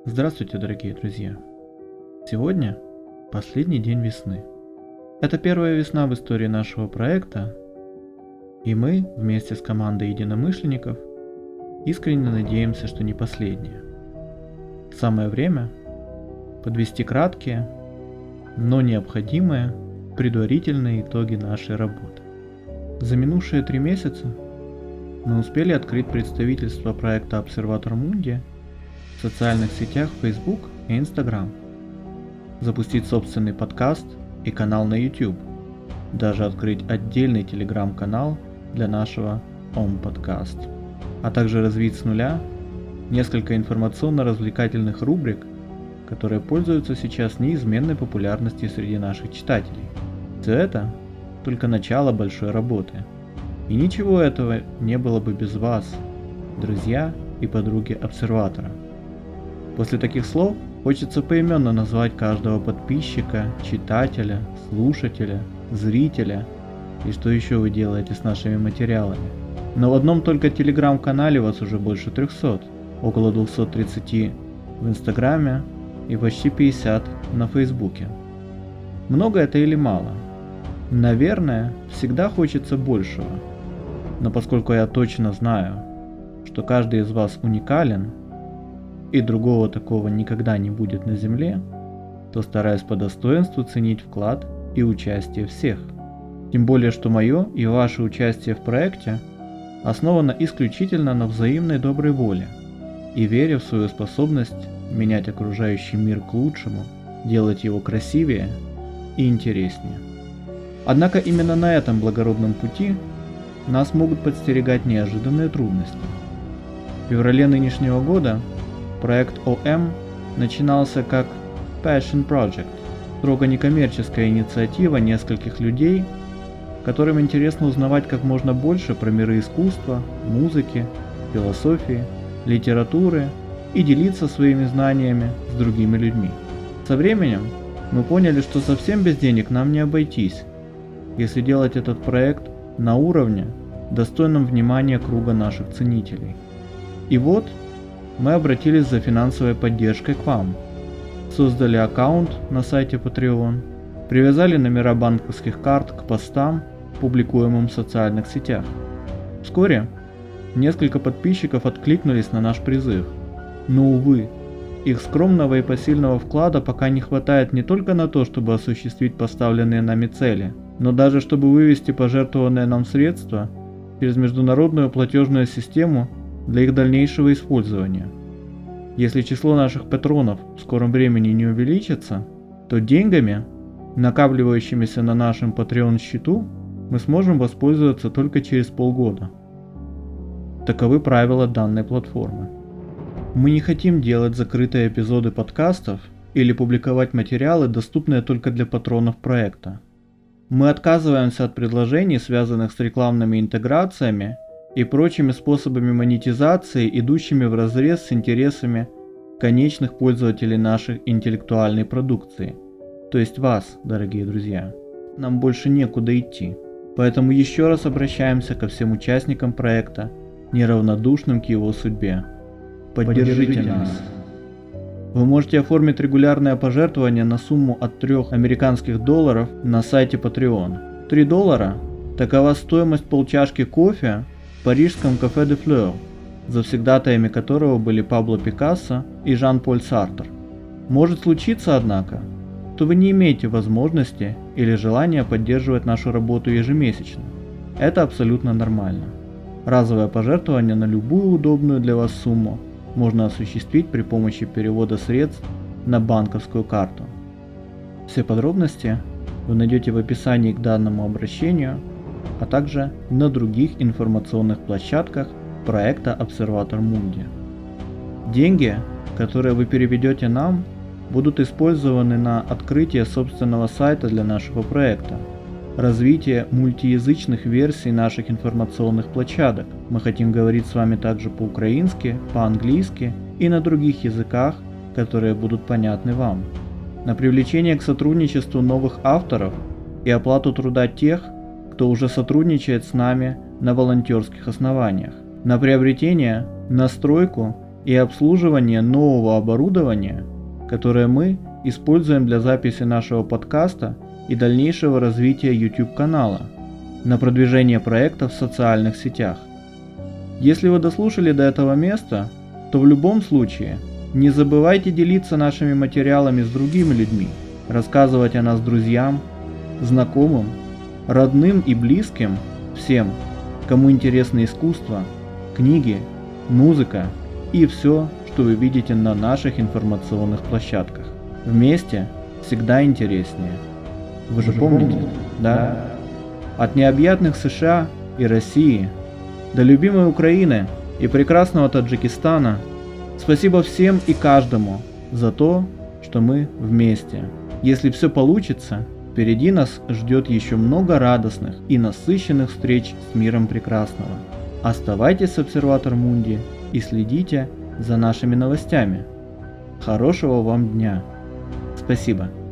Здравствуйте, дорогие друзья! Сегодня последний день весны. Это первая весна в истории нашего проекта, и мы вместе с командой единомышленников искренне надеемся, что не последняя. Самое время подвести краткие, но необходимые предварительные итоги нашей работы. За минувшие 3 месяца мы успели открыть представительство проекта Observator Mundi в социальных сетях Facebook и Instagram, запустить собственный подкаст и канал на YouTube, даже открыть отдельный телеграм-канал для нашего Om Podcast, а также развить с нуля несколько информационно-развлекательных рубрик, которые пользуются сейчас неизменной популярностью среди наших читателей. Все это только начало большой работы. И ничего этого не было бы без вас, друзья и подруги обсерватора. После таких слов хочется поименно назвать каждого подписчика, читателя, слушателя, зрителя и что еще вы делаете с нашими материалами. Но в одном только телеграм-канале вас уже больше 300, около 230 в Инстаграме и почти 50 на Фейсбуке. Много это или мало? Наверное, всегда хочется большего. Но поскольку я точно знаю, что каждый из вас уникален, и другого такого никогда не будет на Земле, то стараюсь по достоинству ценить вклад и участие всех. Тем более, что мое и ваше участие в проекте основано исключительно на взаимной доброй воле и вере в свою способность менять окружающий мир к лучшему, делать его красивее и интереснее. Однако именно на этом благородном пути нас могут подстерегать неожиданные трудности. В феврале нынешнего года проект OM начинался как Passion Project, строго некоммерческая инициатива нескольких людей, которым интересно узнавать как можно больше про миры искусства, музыки, философии, литературы и делиться своими знаниями с другими людьми. Со временем мы поняли, что совсем без денег нам не обойтись, если делать этот проект на уровне, достойном внимания круга наших ценителей. И вот мы обратились за финансовой поддержкой к вам, создали аккаунт на сайте Patreon, привязали номера банковских карт к постам, публикуемым в социальных сетях. Вскоре несколько подписчиков откликнулись на наш призыв, но, увы, их скромного и посильного вклада пока не хватает не только на то, чтобы осуществить поставленные нами цели, но даже чтобы вывести пожертвованные нам средства через международную платежную систему для их дальнейшего использования. Если число наших патронов в скором времени не увеличится, то деньгами, накапливающимися на нашем Patreon счету, мы сможем воспользоваться только через полгода. Таковы правила данной платформы. Мы не хотим делать закрытые эпизоды подкастов или публиковать материалы, доступные только для патронов проекта. Мы отказываемся от предложений, связанных с рекламными интеграциями и прочими способами монетизации, идущими вразрез с интересами конечных пользователей нашей интеллектуальной продукции, то есть вас, дорогие друзья. Нам больше некуда идти, поэтому еще раз обращаемся ко всем участникам проекта, неравнодушным к его судьбе. Поддержите нас. Вы можете оформить регулярное пожертвование на сумму от $3 на сайте Patreon. $3 – такова стоимость полчашки кофе в парижском кафе де Fleur, завсегдатаями которого были Пабло Пикассо и Жан-Поль Сартр. Может случиться, однако, что вы не имеете возможности или желания поддерживать нашу работу ежемесячно. Это абсолютно нормально. Разовое пожертвование на любую удобную для вас сумму можно осуществить при помощи перевода средств на банковскую карту. Все подробности вы найдете в описании к данному обращению, а также на других информационных площадках проекта Observator Mundi. Деньги, которые вы переведете нам, будут использованы на открытие собственного сайта для нашего проекта, развитие мультиязычных версий наших информационных площадок. Мы хотим говорить с вами также по-украински, по-английски и на других языках, которые будут понятны вам. На привлечение к сотрудничеству новых авторов и оплату труда тех, кто уже сотрудничает с нами на волонтерских основаниях. На приобретение, настройку и обслуживание нового оборудования, которое мы используем для записи нашего подкаста и дальнейшего развития YouTube канала, на продвижение проектов в социальных сетях. Если вы дослушали до этого места, то в любом случае не забывайте делиться нашими материалами с другими людьми, рассказывать о нас друзьям, знакомым, родным и близким, всем, кому интересно искусство, книги, музыка и все, что вы видите на наших информационных площадках. Вместе всегда интереснее. Вы же помните, да? От необъятных США и России до любимой Украины и прекрасного Таджикистана, спасибо всем и каждому за то, что мы вместе. Если все получится, впереди нас ждет еще много радостных и насыщенных встреч с миром прекрасного. Оставайтесь с Observator Mundi и следите за нашими новостями. Хорошего вам дня. Спасибо.